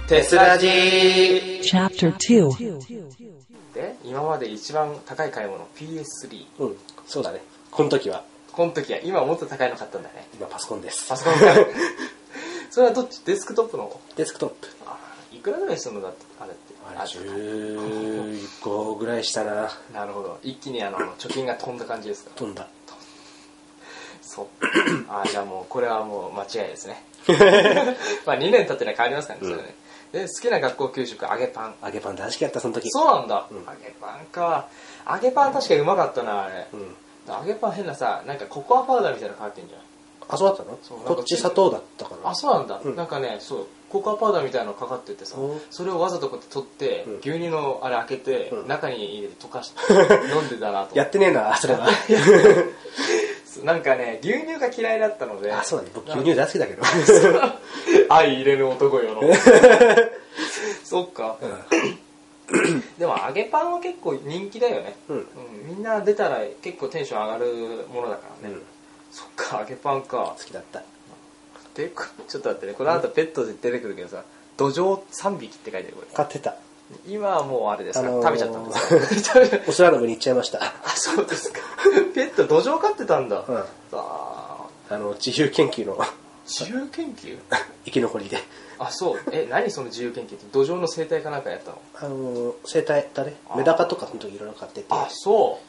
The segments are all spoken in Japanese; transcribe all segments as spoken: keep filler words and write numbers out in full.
テスラジーチャプターにで、今まで一番高い買い物 ピーエススリー。 うん、そうだね。この時はこの時は今もっと高いの買ったんだね。 今パソコンです。 パソコン買うそれはどっち？デスクトップの方？ デスクトップ。 あ、いくらぐらいするのだってあれって。 あれじゅうごぐらいしたな。 なるほど。一気にあの貯金が飛んだ感じですか？ 飛んだ。 そう。あ、じゃあもうこれはもう間違いですね。まあにねん経ってのは変わりますからね。うん、それね。で、好きな学校給食揚げパン。 揚げパン大好きやったその時。 そうなんだ。うん、揚げパンか。揚げパン確かにうまかったなあれ。うん、揚げパン変なさ、なんかココアパウダーみたいなの入ってんじゃん。 あ、そうだったの？こっち砂糖だったかな。 あ、そうなんだ。うん、なんかね、そうココアパウダーみたいなのかかっててさ、うん、それをわざとこうやって取って、うん、牛乳のあれ開けて、うん、中に入れて溶かして飲んでたなと。 やってねえなそれは。 なんかね、牛乳が嫌いだったので。 あ、そうだね。僕牛乳大好きだけど。 相入れぬ男よの。そっか。うん、でも揚げパンは結構人気だよね、うんうん、みんな出たら結構テンション上がるものだからね、うん、そっか、揚げパンか。 好きだった。 で、ちょっと待ってね、この後ペットで出てくるけどさ、土壌さんびきって書いてあるこれ。 飼ってた。 今はもうあれですか、あのー、食べちゃったんですか？ お空の上に行っちゃいました。 あ、そうですか。ペット土壌飼ってたんだ。うん、 ああの自由研究の自由研究生き残りで。 あ、そう。え、何その自由研究って土壌の生態かなんかやったの？ あの生態だね。メダカとかその時いろいろ飼ってて。 あ、そう。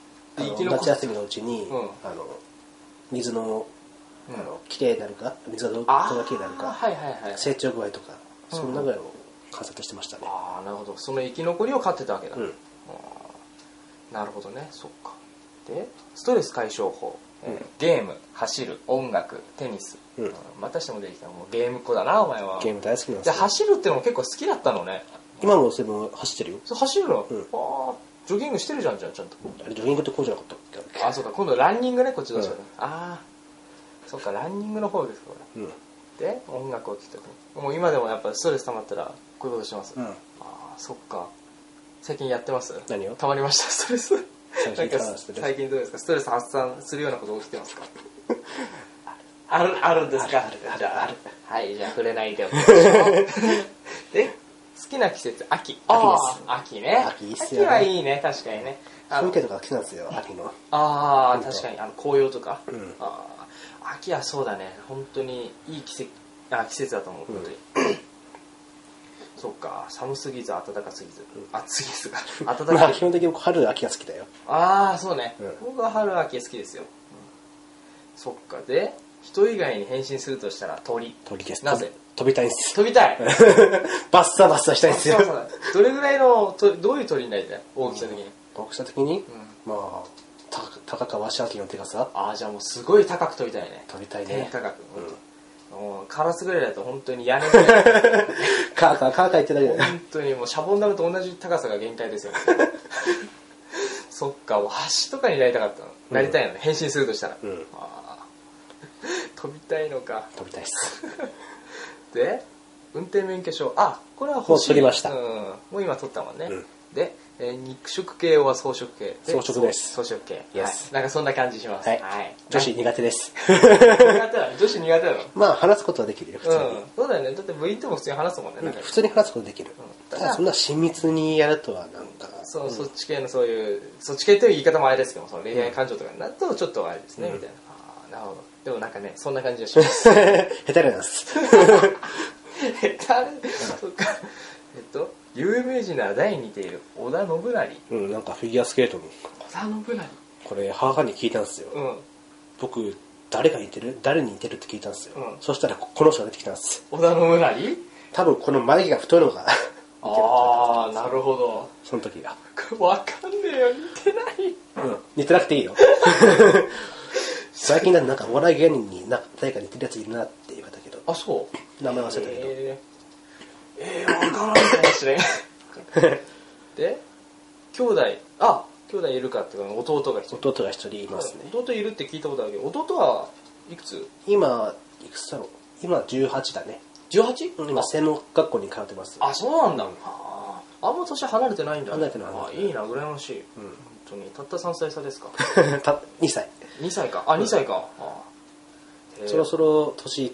で夏休みのうちに、うん、あの水のあのきれいになるか、水がどうがきれいになるか、 はいはいはい、 成長具合とか、そんなぐらいを観察してましたね。 ああ、なるほど。その生き残りを飼ってたわけだ。うん、なるほどね。そっか。で、ストレス解消法、うん、えー、ゲーム、走る、音楽、テニス、うん、またしても出てきた。もうゲームっ子だなお前は。 ゲーム大好きなんですよ。 じゃあ走るってのも結構好きだったのね。 今もそれも走ってるよ。 そう、走るの？うん、ああ、ジョギングしてるじゃん、じゃあちゃんと。 あれジョギングってこうじゃなかったっけ？ あ、そうか。今度ランニングね、こっちどうしよう、うん、ああ、そっか、ランニングの方ですかこれ、うん、で音楽を聴くときもう今でもやっぱストレス溜まったらこういうことします、うん、ああ、そっか。最近やってます？ 何を？ 溜まりました、ストレス。なんか最近どうですか？ストレス発散するようなこと起きてますか？ある、あるんですか？ある、ある、ある。はい、じゃあ触れないでおきましょう。で、好きな季節、秋。 秋です。 秋ね。 秋いいっすよね。 秋はいいね、確かにね。 風景とか好きなんですよ、秋の。 ああ、確かに、あの紅葉とか。 うん、 あ、秋はそうだね、本当にいい季節、あ、季節だと思う、本当に。うん、そっか、寒すぎず暖かすぎず、うん、暑すぎずが暖かすぎず。 まあ基本的に僕春秋が好きだよ。 ああ、そうね、うん、僕は春秋好きですよ、うん、そっか。で、人以外に変身するとしたら鳥。 鳥です。 なぜ？ 飛びたいんです。 飛びたい。 バッサバッサしたいんですよ。 そうそう。どれぐらいのとどういう鳥になりたい？大きさ的に。 大きさ的に、うん、まあ高川正明の手がさ。 ああ、じゃあもうすごい高く飛びたいね。 飛びたいね。 天高く。うん。もうカラスぐらいだと本当に屋根ぐらい。 カーカーカーカー言ってたけどね。 本当にもうシャボン玉と同じ高さが限界ですよ。そっか、橋とかになりたかったの。うん、なりたいのね。変身するとしたら。うん、あ飛びたいのか。 飛びたいっす。 で、運転免許証。あ、これは欲しい。 もう取りました。 うん。もう今取ったもんね。うん、で、えー、肉食系は草食系。 草食です。 草食系。 Yes、 はい。なんかそんな感じします。 はい。はい、女子苦手です。 苦手なの？女子苦手なの？ まあ話すことはできるよ、普通に。うん。 そうだよね。だって部員とも普通に話すもんね。 うん、普通に話すことできる。うん、ただそんな親密にやるとはなんか。 そう、うん、そっち系のそういう、そっち系という言い方もあれですけども、その恋愛感情とかになるとちょっとあれですね、うん、みたいな。ああ、なるほど。でもなんかね、そんな感じがします。 下手なんです。 下手そっか。えっと、有名人なら誰に似ている？織田信成。 うん、なんかフィギュアスケートの。 織田信成。 これ母に聞いたんですよ。うん。僕、誰が似てる？誰に似てるって聞いたんですよ。うん。そしたらこの人が出てきたんです。 織田信成？ 多分この眉毛が太いのがああ、なるほど。 その時が。 わかんねえよ、似てない。 うん、似てなくていいよ。最近だとなんかお笑い芸人にな誰か似てるやついるなって言われたけど。 あ、そう。 名前忘れたけど。 えー、えー、わからんかもしれん。で、兄弟、あ、兄弟いるかっていうか弟が一人。 弟が一人いますね。 弟いるって聞いたことあるけど、弟はいくつ？ 今、いくつだろう。今じゅうはちだね。 じゅうはち？ 今専門学校に通ってます。 あ、そうなんだ。ああんま年離れてないんだ。 離れてない。 あ、いいな、羨ましい。うん、本当にたったさんさい差ですか？ たにさい。 にさいか。あ、にさいか。あ、 そろそろ年取る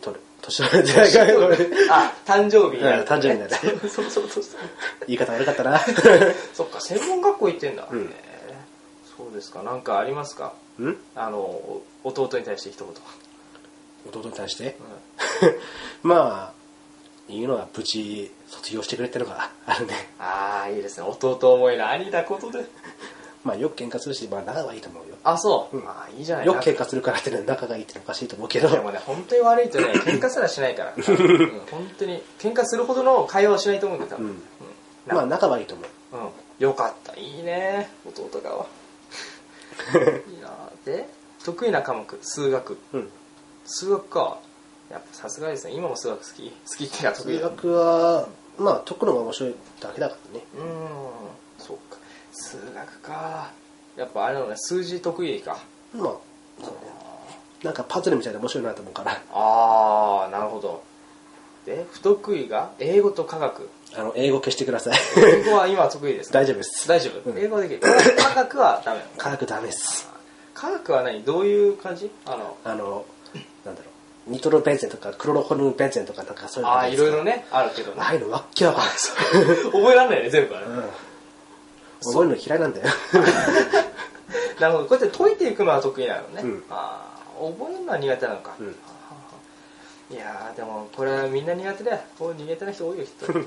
年寄りじゃないか。 あ、誕生日になる、 ね。誕生日になる。 そうそうそうそう。 言い方悪かったな。 そっか、専門学校行ってんだ。 うん、 えー、そうですか。なんかありますか？ んあの、弟に対して一言。 弟に対して、 うん、 まあ、言うのは無事卒業してくれてるからあるね。 ああ、いいですね。弟思いの兄だことで。 まあよく喧嘩するし、まあ仲はいいと思うよ。 あ、そう。 うん、 あいいじゃない。 よく喧嘩するからってね、仲がいいっておかしいと思うけど。 でもね、本当に悪いとね、喧嘩すらしないから。うん、本当に喧嘩するほどの会話をしないと思うんだよ、多分。うんうん、 まあ仲はいいと思う。 うん。よかった。いいね、弟がは。いいな。で、得意な科目、数学。うん。数学か。やっぱさすがですね。今も数学好き。好きってや得意。 数学は、まあ解くのが面白いだけだからね。 うん。そうか。数学か。やっぱあれだね、数字得意か。 まあ、そうね。なんかパズルみたいで面白いなと思うから。 ああ、なるほど。で、不得意が英語と科学。 あの、英語消してください。 英語は今得意ですか？ 大丈夫です。 大丈夫。うん、英語できる。科学はダメ。 科学ダメです。 科学は何？どういう感じ？あの、 あの、なんだろう。ニトロベンゼンとかクロロホルムベンゼンとかなんかそういうのああ、いろいろね、あるけどね。 ああいうのわっきわかんない。 覚えられないね、全部はね。 うん覚えるの嫌いなんだよ。 なるほど。こうやって解いていくのは得意なのね。うん、ああ、覚えるのは苦手なのか。うん、いやー、でもこれはみんな苦手だよ。こう苦手な人多いよ、きっと。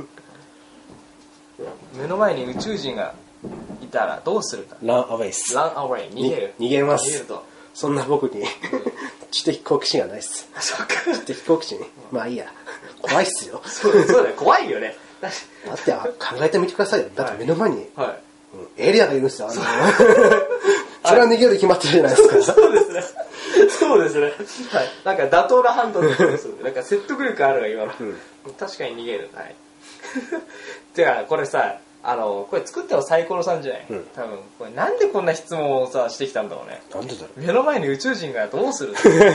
目の前に宇宙人がいたらどうするか。 ランアウェイス。 ランアウェイ。逃げる。 逃げます。 逃げると。 そんな僕に知的好奇心がないっす。 そっか。 知的好奇心、まあいいや。怖いっすよ。 そうだ、そうだよ。怖いよね。 だって考えてみてくださいよ。だって目の前に、 はいはいうん、エイリアンがいるんですよ。あのそれは逃げるに決まってるじゃないですか。 そうですね。そうですね。はい。なんか妥当な判断です。なんか説得力あるわ今の、うん。確かに逃げる。はい。てかこれさ、あのこれ作ったのサイコロさんじゃない。うん、多分これなんでこんな質問をさしてきたんだろうね。 なんでだろう。 目の前に宇宙人がどうする？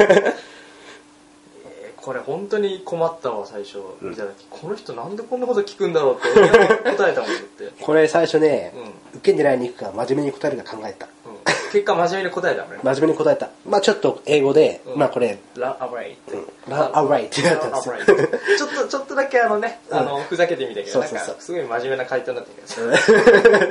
えー、これ本当に困ったわ最初見た時、うん、この人なんでこんなこと聞くんだろうって答えたもんだって。これ最初ね、うん、受け狙いに行くか真面目に答えるか考えた。結果真面目に答えたもんね。真面目に答えた。まあちょっと英語で、うん、まあこれランアウェイって、うん、ランアウェイってやったんですよ。ちょっとちょっとだけあのね、あのふざけてみたけど、うん、なんかすごい真面目な回答になってるけど。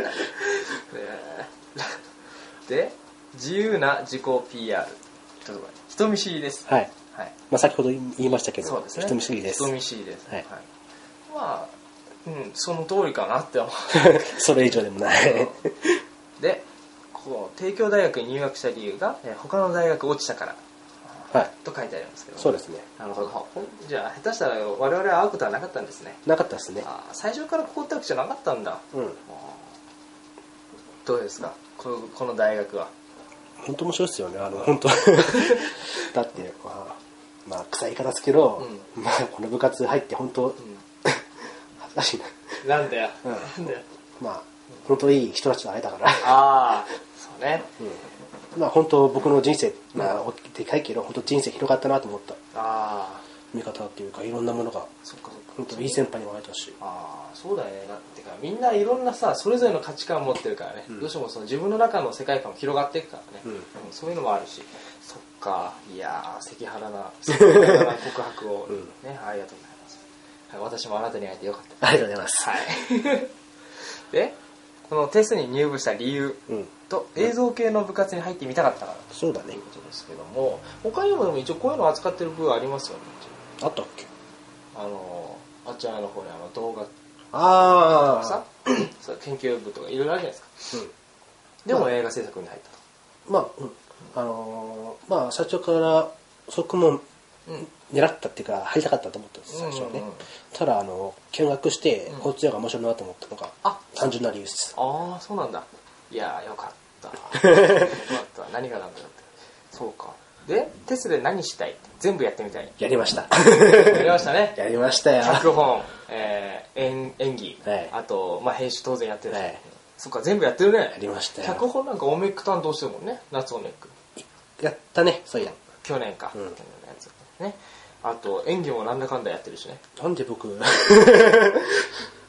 で、自由な自己 ピーアール。人見知りです。はい。はい。まあ先ほど言いましたけど、そうですね、人見知りです。人見知りです。はい。はい、まあ、うん、その通りかなって思う。それ以上でもない。で。こう帝京大学に入学した理由が、えー、他の大学落ちたから、はい、と書いてありますけど、そうですね。なるほど。じゃあ下手したら我々は会うことはなかったんですね。なかったですね。あ、最初からここってわけじゃなかったんだ。うん。どうですか、この、この大学は。本当面白いですよね。あの本当だってまあ、まあ臭い言い方ですけど、うん、まあこの部活入って本当、うん、恥ずかしいな。なんだよ。うん、なんだよ。まあ本当いい人たちと会えたから。ああ。そうね、うん、まあ本当僕の人生、まあでかいけど本当人生広がったなと思った。ああ、見方っていうかいろんなものが、そっかそっか、本当いい先輩にも会えたし。ああ、そうだよね。だってかみんないろんなさそれぞれの価値観を持ってるからね、うん、どうしてもその自分の中の世界観も広がっていくからね、うんうん、そういうのもあるし。そっか、いやー赤裸々な赤裸々な告白を、うん、ね、ありがとうございます。はい、私もあなたに会えてよかった。ありがとうございます。はい。で。このテストに入部した理由と、うん、映像系の部活に入ってみたかったからそうだねということですけども、他にもでも一応こういうのを扱ってる部ありますよね。あったっけ？あのあちらの方にあの動画ああさ研究部とかいろいろあるじゃないですか、うん、でも、まあ、映画制作に入ったと。まあ、うん、あのー、まあ社長から側門狙ったっていうか入りたかったと思ったんです最初はね、うんうんうん、ただあの見学してこっちの方が面白いなと思ったのが、うん、単純な理由です。ああ、そうなんだ。いやーよかったよかった何がなんだろうって。そうか。でテストで何したい？全部やってみたい。やりましたやりましたね。やりましたよ。脚本、えー、演, 演技、はい、あと、まあ、編集当然やってるし、はい、そっか全部やってるね。やりましたよ。脚本なんかオメック担当してるもんね。夏オメックやったね。そういや去年か、うん、去年のやつね。あと演技もなんだかんだやってるしね。なんで僕結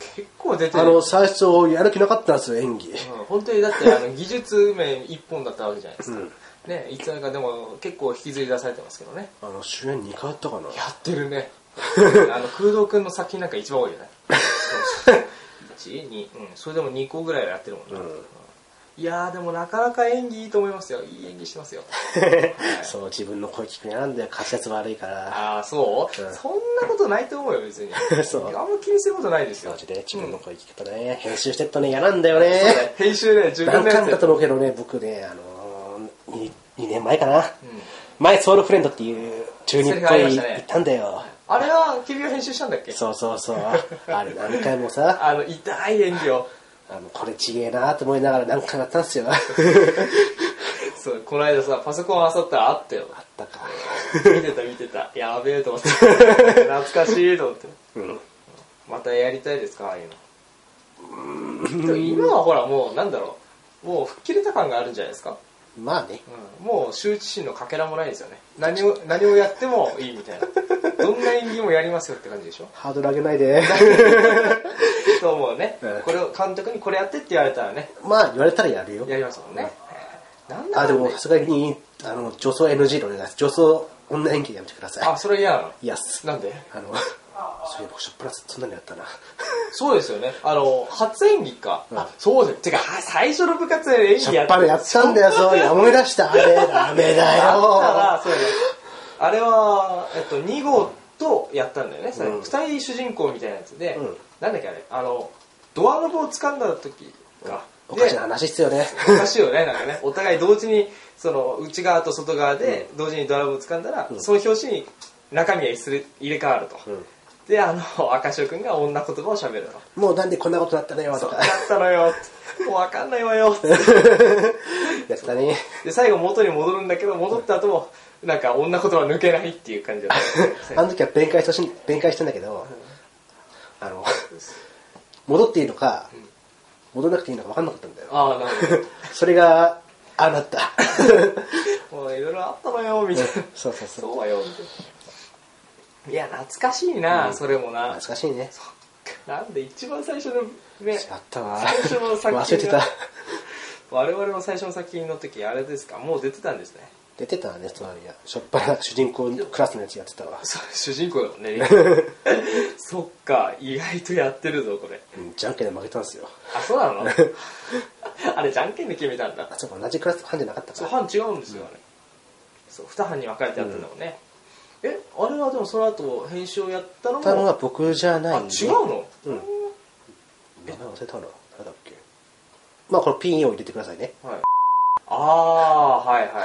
構出てる。 あの、最初やる気なかったんですよ、演技。うん、 本当にだってあの技術面一本だったわけじゃないですか。うん、ね、いつの間にかでも結構引きずり出されてますけどね。 あの、主演にかいやったかな。 やってるね。あの、空洞くんの作品なんか一番多いよね。いち、に、うん、それでもにこぐらいやってるもんね。うん、いやーでもなかなか演技いいと思いますよ。いい演技してますよ。はい、 そう、自分の声聞くのなんだよ、滑舌悪いから。 ああ、そう、うん、そんなことないと思うよ、別に。そう。あんま気にすることないですよ。 マジで自分の声聞くとね、うん、編集してるとね、嫌なんだよね。そうね、 編集ね、自分のやつ。 何回だと思うけどね、僕ね、あのー、に, にねんまえかな。うん、前、ソウルフレンドっていう中日っぽい行ったんだよ。 あれは君が編集したんだっけ？ そうそうそう。あれ何回もさ、 あの痛い演技をあのこれちげえなと思いながら何回もやったんですよ。 そう、この間さパソコンあさったらあったよ。 あったか。 見てた見てた。やべえと思って。懐かしいと思って。うん、またやりたいですかああいうの。うん、今はほらもうなんだろう、もう吹っ切れた感があるんじゃないですか。 まあね、 うん、もう羞恥心のかけらもないですよね。何を何をやってもいいみたいな。どんな演技もやりますよって感じでしょ。 ハードル上げないで。 と思うね、うん。これを監督にこれやってって言われたらね。 まあ言われたらやるよ。 やりますもんね。 うん、なんだあでもさすがにあの女装 エヌジー でお願いします。女装女演技やめてください。 あ、それ嫌なの？ いやっす。 なんで？ あのそういえば僕しょっぱなそんなのやったな。 そうですよね。あの初演技か。うん、あ、そうです。てか最初の部活で演技やった。しょっぱなやったんだよ。そう思い出した。あれダメだよ。 あったらそうね。あれはえっとに号とやったんだよね。それふたり主人公みたいなやつで、うん、なんだっけあれ、あのドアノブを掴んだ時か。 うん、おかしな話っすよね。 おかしいよね。なんかね、お互い同時にその内側と外側で同時にドアノブを掴んだら、うん、その拍子に中身が入れ替わると。うん、で、あの赤潮くんが女言葉を喋ると。 もうなんでこんなことなったのよとか。 なったのよ。もうわかんないわよ。 やったね。 で最後元に戻るんだけど戻った後もなんか女言葉抜けないっていう感じだった。 あの時は弁解したし弁解したんだけど、うん、あの戻っていいのか、うん、戻らなくていいのか分かんなかったんだよ。 ああなるほど。 それがああなった。 もういろいろあったのよみたいな。 そうそうそう。 そうはよみたいな。いや懐かしいな、うん、それもな。 懐かしいね。 なんで一番最初のね。 あったわ。 最初の作品が忘れてた。 我々の最初の作品の時あれですか、もう出てたんですね。 出てたね、隣や。しょっぱな主人公クラスのやつやってたわ。 主人公だもんね。そっか、意外とやってるぞこれ。 うん、じゃんけんで負けたんですよ。 あ、そうなの？あれじゃんけんで決めたんだ。 あ、そうか、同じクラス班じゃなかったか。 そう、班違うんですよ、うん、あれ。そう、二班に分かれてやったんだもんね。うん、え、あれはでもその後編集をやったのも。 たのは僕じゃないんで。あ、違うの？うん。 名前忘れたな。誰だっけ。まあこれピンを入れてくださいね。 はい。ああ、はいはいはい。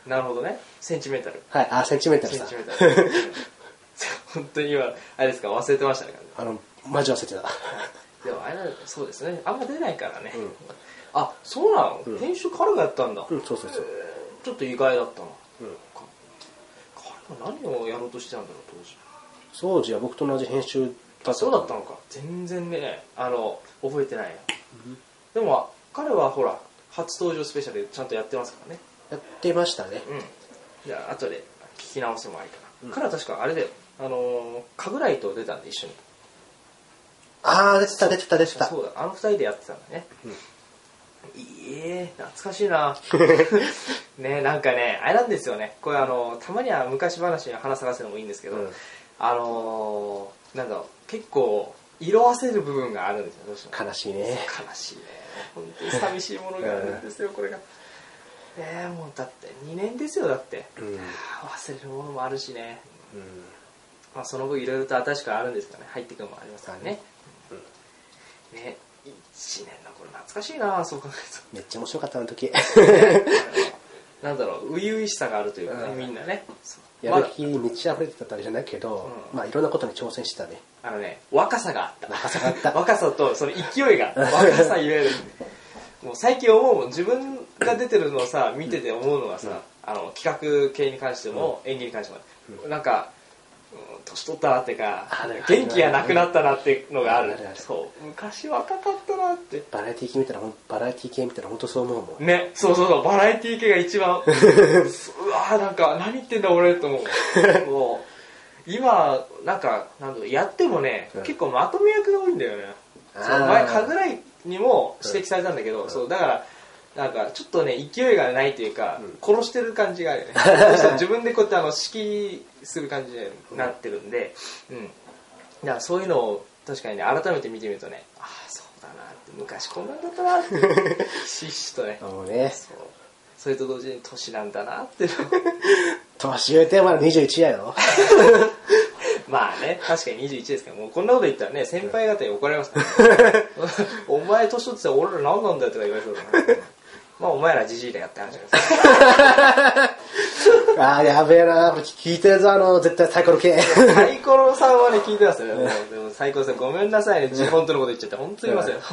なるほどね。センチメンタル。 はい、あ、センチメンタルさ。 センチメンタル。本当に今、あれですか、忘れてましたね。 あの、マジ忘れてた。 でもあれそうですね。あんま出ないからね。うん、あ、そうなの、うん、編集彼がやったんだ。 うん、そうそうそう。 ちょっと意外だったな。うん。彼は何をやろうとしてたんだろう、当時。 当時は僕と同じ編集だった。 そうだったのか。全然ね、あの、覚えてないよ。うん、でも、彼はほら、初登場スペシャルちゃんとやってますからね。 やってましたね。 うん。じゃあ後で聞き直してもらいかな。うん、彼は確かあれだよ。あのー、かぐらいと出たんで一緒に。 ああ出てた出てた出てた。 そうだ。あの二人でやってたんだね。うん、いえ懐かしいな。ねなんかねあれなんですよね。これあのたまには昔話に花咲かせるのもいいんですけど、うん、あのー、なんだろう結構色あせる部分があるんですよ。どうしても悲しいね。 悲しいね。本当に寂しいものがあるんですよ、これが。えー、もうだってにねんですよだって、うん、忘れるものもあるしね、うんまあ、その分いろいろと新しくあるんですからね、入ってくるのもありますからね、うん、ねいちねんの頃懐かしいな、そう考えるとめっちゃ面白かったあの時。 なんだろう、初々しさがあるというかね、うん、みんなねやる気に満ち溢れてたわけじゃないけど、うん、まあいろんなことに挑戦したね。 あのね若さがあった若さがあった若さとその勢いが若さゆえるもう最近思うもん、自分が出てるのをさ見てて思うのはさ、うん、あの企画系に関しても、うん、演技に関しても、うん、なんか年取ったなっていうか元気がなくなったなっていうのがある。そう昔若かったなって。 バラエティー系見たらバラエティー系見たら本当そう思うもんね。そうそうそう、バラエティー系が一番うわーなんか何言ってんだ俺と思う。もう今なんかなんだろうやってもね、うん、結構まとめ役が多いんだよね。 そう前神楽井にも指摘されたんだけど、うん、そうだからなんかちょっだからね勢いがないというか、うん、殺してる感じがあるよね自分でこうやってあの指揮する感じになってるんで、うん、だからそういうのを確かにね改めて見てみるとね、ああそうだなって昔こんなんだったなってひしひしとねそうねそうそれと同時に年なんだなって年上ってまだにじゅういちだよまあね確かににじゅういちですからもうこんなこと言ったらね先輩方に怒られますからねお前年取ってたら俺ら何なんだよとか言われそうだなまあお前らジジイだよって話ですあーやべえな聞いてるぞあの絶対サイコロ系サイコロさんはね聞いてますよねでもサイコロさんごめんなさいね本当のこと言っちゃって本当に言いますよ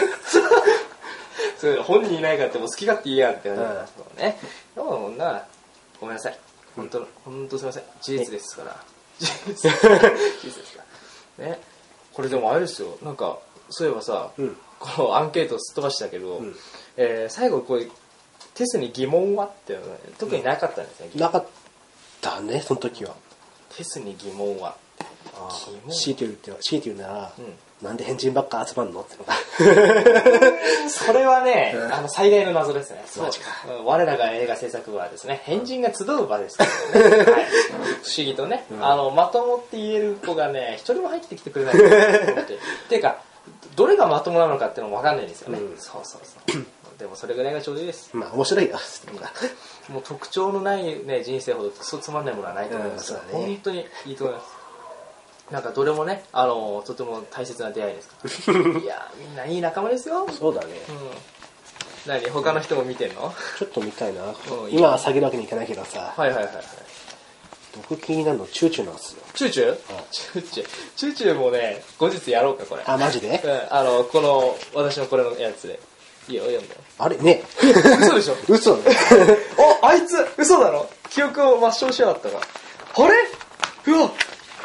そういうの本人いないからってもう好き勝手言えやって言われますけどねでもなごめんなさい本当本当すみません事実ですから事実ですからねこれでもあれですよなんかそういえばさ、うん、このアンケートをすっ飛ばしたけど、うんえー、最後こうテスに疑問はっていうのは、ね、特になかったんですね、 うん、なかったねその時はテスに疑問はあ強いて言うって強いて言うなら、うん、なんで変人ばっか集まんのってのがそれはね、うん、あの最大の謎ですねそう我らが映画制作部はですね変人が集う場ですからね、はい、不思議とね、うん、あのまともって言える子がね一人も入ってきてくれないっていうかどれがまともなのかっていうのも分かんないんですよね、うん、そうそうそうでもそれぐらいがちょうどいいですまあ面白いよもう特徴のない、ね、人生ほどクソつまんないものはないと思います、うんね、本当にいいと思いますなんかどれもねあのとても大切な出会いですからいやみんないい仲間ですよそうだね、 うん、何他の人も見てんのちょっと見たいな、うん、今は下げるわけにいかないけどさはいはいはいはい僕気になるのチューチューなんですよチューチュー、うん、チューチューチューチューもね後日やろうかこれあマジで、 うん、あのこの私のこれのやつでいいよ読んであれね嘘でしょ嘘おあいつ嘘だろ記憶を抹消しやがったかあれうわ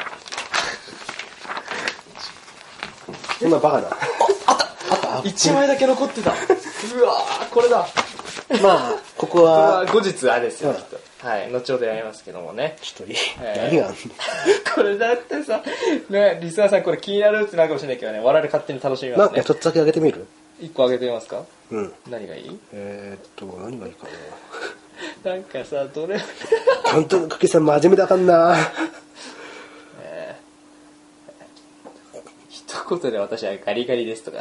そんなバカなあったあったいちまいだけ残ってたうわこれだまあここは後日あれですよ、うん、きっとはい後ほどやりますけどもねちょっといい、えー、何があるのこれだってさねリスナーさんこれ気になるってなるかもしれないけどね我々勝手に楽しみますねなんか一つだけあげてみる一個あげてみますかうん何がいいえー、っと何がいいかななんかさどれ本当にクッキーさん真面目だかんなえー、一言で私はガリガリですとか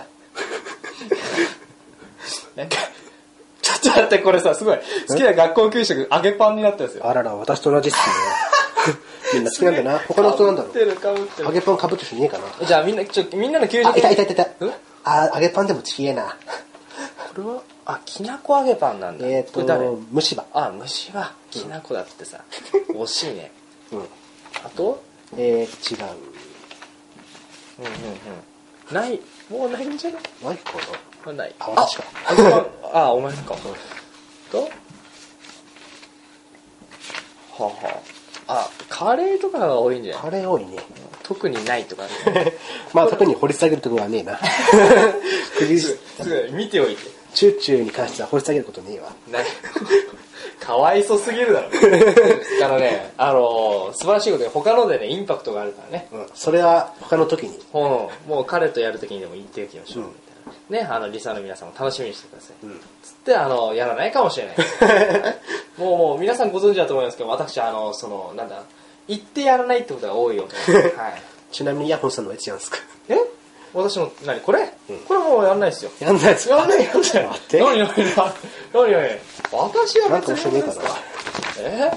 なんかちょっと待ってこれさすごい好きな学校給食揚げパンになったんですよあらら私と同じっすねみんな好きなんだな他の人なんだろう揚げパンかぶってる人いねえかなじゃあみんなちょみんなの給食あいたいたいたいたあ揚げパンでもちげえなこれはあきなこ揚げパンなんだえー、っと虫歯あ虫歯きなこだってさ、うん、惜しいねうんあとえー、違ううんうんうんないもうないんじゃないないかなないあ私かああお前かとはあはああカレーとかが多いんじゃないカレー多いね特にないとかねまあ特に掘り下げるところはねえなすごい見ておいてチューチューに関しては掘り下げることねえわないかわいそすぎるだろあのねあの素晴らしいことで他のでねインパクトがあるからね、 うん、それは他の時に、 うん、もう彼とやる時にでも言っておきましょう、うんね、あのリサの皆さんも楽しみにしてください、うん、つってあのやらないかもしれないもうもう皆さんご存知だと思いますけど私あのそのなんだ言ってやらないってことが多いよ、はい、 ちなみにヤホンさんのはいつやんすかえ私の何これ、うん、これもうやんないですよやんないですかやんないやんない待って何何何何何私は別にやんないですかえ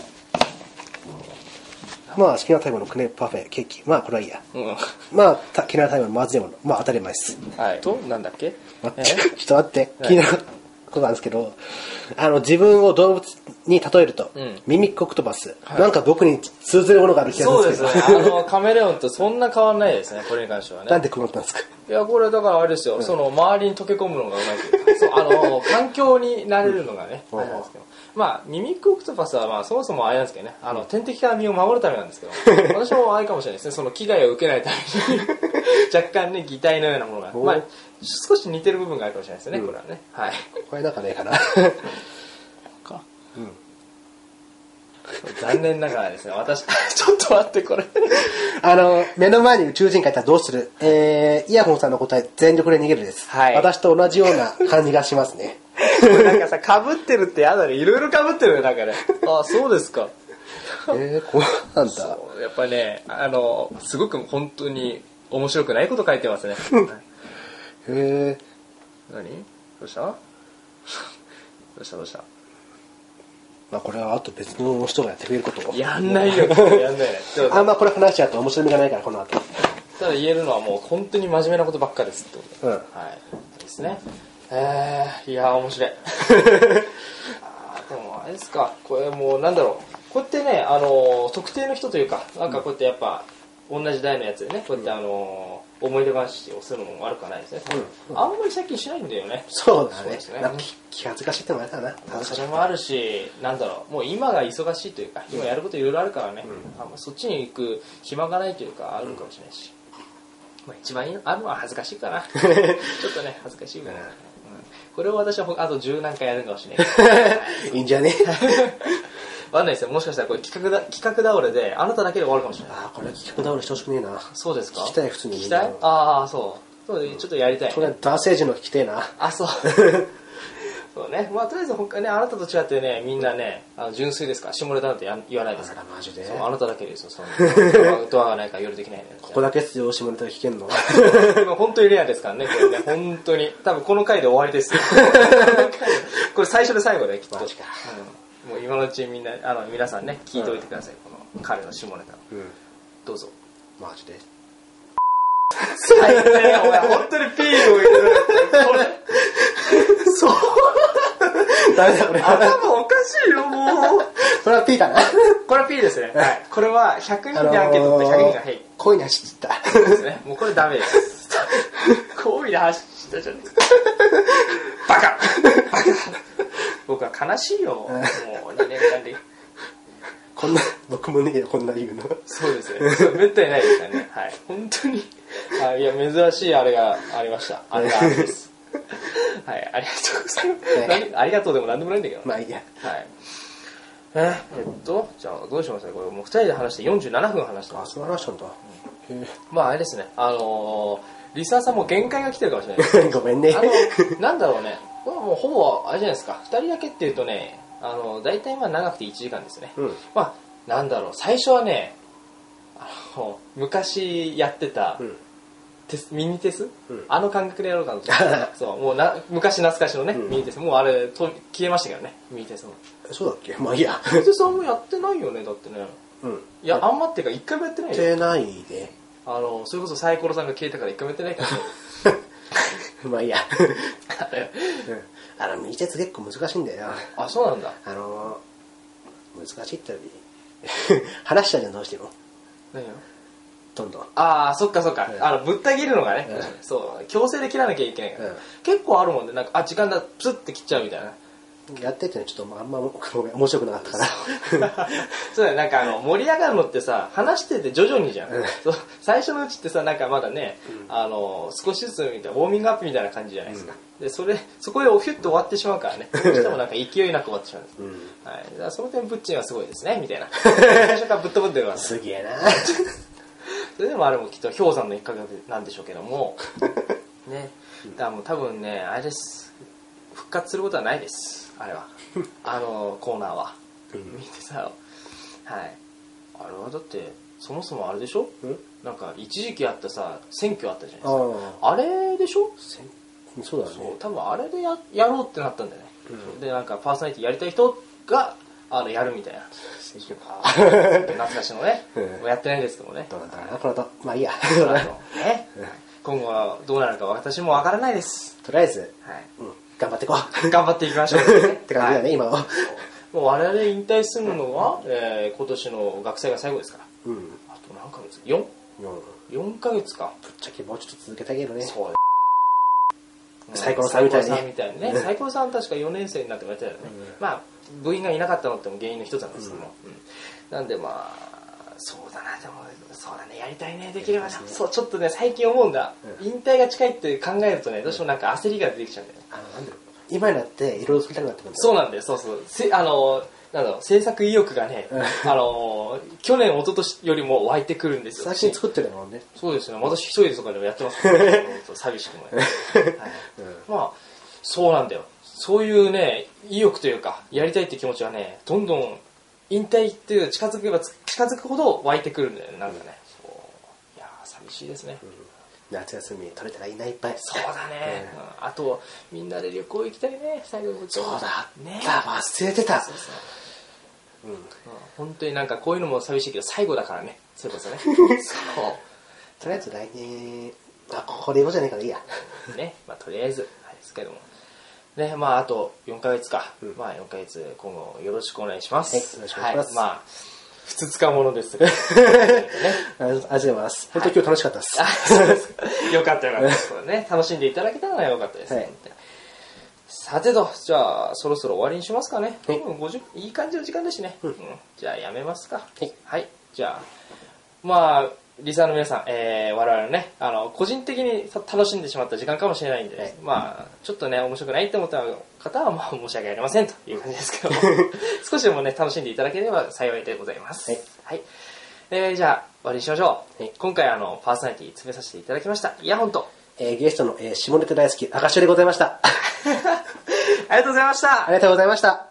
まあ好きなタイプのクレープパフェケーキまあこれはいいや、うん、まあ好きなタイプのまずいものまあ当たり前ですはいとなんだっけ待ってちょっと待って気になることなんですけどあの自分を動物に例えると、うん、ミミックオクトパス、はい、なんか僕に通ずるものがある気がするんですけどそうですねあのカメレオンとそんな変わらないですねこれに関してはねなんでこうなったんですかいやこれだからあれですよ、うん、その周りに溶け込むのがうまいというかそうあの環境になれるのがね、うん、あれなんですけどまあミミックオクトパスはまあそもそもあれなんですけどねあの天敵から身を守るためなんですけど私もあれかもしれないですねその危害を受けないために若干ね擬態のようなものがまあ少し似てる部分があるかもしれないですね、うん、これはねはいこれなんかねえかなかうん残残念ながらですね、私、ちょっと待って、これ。 あの、目の前に宇宙人がいたらどうする？えー、イヤホンさんの答え、全力で逃げるです。はい。私と同じような感じがしますね。 なんかさ、被ってるってやだね。いろいろ被ってるね、なんかね。あ、そうですか。 えー、こうなんだ。 そう、やっぱりね、あの、すごく本当に面白くないこと書いてますね。 へえ。 何？どうした？どうしたどうした？ まあこれはあと別の人がやってくれることを。 やんないよ、やんないね。 あんまこれ話しちゃうと面白みがないから、この後。 ただ言えるのはもう本当に真面目なことばっかですってこと。うん。はい。ですね。えー、いやー面白い。あでもあれですか、これもうなんだろう。こうやってね、あのー、特定の人というか、なんかこうやってやっぱ、同じ代のやつでね、こうやってあのー、思い出話をするのも悪くはないですね。うん、あんまり最近しないんだよね。 そうだね。そうですね。なんか気恥ずかしいってのもあれだな。 それもあるし、なんだろう、もう今が忙しいというか、今やることいろいろあるからね、うん、あんまそっちに行く暇がないというか、あるかもしれないし。まあ、一番いいのあるのは恥ずかしいかな。ちょっとね、恥ずかしいかな。うん、これを私はあとじゅう何回やるかもしれない。 いいんじゃねわかんないですよ。もしかしたらこれ企画だ企画倒れであなただけで終わるかもしれない。 ああ、これ企画倒れしてほしくねえな。 そうですか？ 聞きたい、普通に。 聞きたい？ああ、そう。そうでちょっとやりたい、ね。 それ男性陣の聞きたいな。 あ、そう。そうね。まあとりあえず他ね、あなたと違ってね、みんなね、あの純粋ですから、下ネタなんて言わないですから。 あらマジで。 そう、あなただけですよ。そのドアがないから夜できないね。 ここだけっすよ、下ネタ聞けんの。 本当にレアですからね、これね。本当に。多分この回で終わりですよ。これ最初で最後だよ、きっと。マジか。うんもう今のうちみんなあの皆さんね聞いておいてください、うん、この彼の下ネタ、うん、どうぞ。 マジで最低、お前本当にピーを入れるこれそうダメだこれ頭おかしいよもうこれは P だなこれは P ですね、はい、これはひゃくにんでアンケート取ってひゃくにんが「へい」 恋に走ってったそうですね、もうこれダメです恋に走ったじゃんバカバカ僕は悲しいよもうにねんかんでこんな僕もねえよこんな言うのそうですねめったにないですからねはい本当にあいや珍しいあれがありましたあれがあるんですはいありがとうございます、はい、ありがとうでもなんでもないんだけどまあいいやはいええっとじゃあどうしますかこれもうふたりで話してよんじゅうななふん話してあそう話したんだ、 うん、まああれですねあのー、リサーさんも限界が来てるかもしれないですごめんねあのなんだろうねこれはもうほぼあれじゃないですかふたりだけっていうとねあの大体まあ長くていちじかんですね、うん、まあなんだろう最初はねあの昔やってた、うん、テスミニテス、うん、あの感覚でやろうかなとそうもうな昔懐かしのね、うん、ミニテスもうあれと消えましたけどねミニテスもそうだっけまあいいやミニテスはもうやってないよねだってね、うん、いやあんまっていうか一回もやってないよやってないであのそれこそサイコロさんが消えたから一回もやってないから、ねまあいいやあのミニテス結構難しいんだよあそうなんだあの難しいって言ったら話しちゃうじゃんどうしても何よどんどんああそっかそっか、うん、あのぶった切るのがね、うん、そう強制で切らなきゃいけないから、うん、結構あるもんでなんかあ時間だプスッて切っちゃうみたいなやっててねちょっとあんま面白くなかったからそうだよなんかあの盛り上がるのってさ話してて徐々にじゃん、うん、そう最初のうちってさなんかまだね、うん、あの少しずつみたいなウォーミングアップみたいな感じじゃないですか、うん、でそれそこでオフィュッと終わってしまうからねどうしてもなんか勢いなく終わってしまうんです、うんはい、だからその点ブッチンはすごいですねみたいな最初からぶっ飛ぶってるわすげえなそれでもあれもきっと氷山の一角なんでしょうけどもねだからもう多分ねあれです復活することはないですあれはあのコーナーは、うん、見てさはいあれはだってそもそもあれでしょ、うん、なんか一時期あったさ選挙あったじゃないですか あ, あれでしょそうだねそう多分あれで や, やろうってなったんだよね、うん、でなんかパーソナリティやりたい人があのやるみたいな選挙か懐かしのね、うん、もうやってないんですけどねどうなんだろうなこのとまあいいやね、今後はどうなるか私もわからないですとりあえず、 はいうん頑張っていこう頑張っていきましょうって感じだね、はい、今はもう我々引退するのは、えー、今年の学生が最後ですから、うん、あと何ヶ月 よん? よんかげつかぶっちゃけもうちょっと続けてあげるねそうサイコロさんみたいにサイコロさんみたいにね、うん、サイコロさん確かよねん生になって言われたよね、うん、まあ部員がいなかったのっても原因の一つなんですけども、うんうん、なんでまあそうだなでもそうだねやりたいねできればな、ね、そうちょっとね最近思うんだ、うん、引退が近いって考えるとねどうしてもなんか焦りが出てきちゃうんだよね、 あのなんで今になっていろいろ作りたくなってくるんだそうなんだよそうそうせあのなんだろう、制作意欲がね、あのー、去年、一昨年よりも湧いてくるんですよ。 最近作ってるもんね。 そうですね。私一人とかでもやってますからね。寂しくも、ね。はいうん、まあ、そうなんだよ。そういうね、意欲というか、やりたいって気持ちはね、どんどん引退っていう近づけば近づくほど湧いてくるんだよね、なんかね。そういやー、寂しいですね。うん夏休み取れたらいいな、いっぱい。 そうだね、うん、あとみんなで旅行行きたいね、最後のそうだね、忘れてた。そうそううん、本当になんかこういうのも寂しいけど最後だからね、そういうことねそうとりあえず来年あここで今じゃねえからいいやね、まあとりあえずあれですけどもね、まああとよんかげつか、うん、まあよんかげつ今後よろしくお願いします。 はい、よろしくお願いします。 はい、まあふつつかものですね、 ありがとうございます。本当に今日楽しかったです。 はい、そうですか。よかったよかったです、ね、楽しんでいただけたのはよかったです、はい、さてと、じゃあそろそろ終わりにしますかね。はい、うん、ごじゅういい感じの時間だしね、うんうん、じゃあやめますか。はい、はい、じゃあまあリサーの皆さん、えー、我々ね、あの個人的に楽しんでしまった時間かもしれないんで、はい、まあちょっとね面白くないって思った方はまあ申し訳ありませんという感じですけども少しでもね楽しんでいただければ幸いでございます。はい、はい、えー、じゃあ終わりにしましょう。はい、今回あのパーソナリティ詰めさせていただきましたイヤホンと、 えー、ゲストの、えー、下ネタ大好き赤潮でございましたありがとうございました。 ありがとうございました。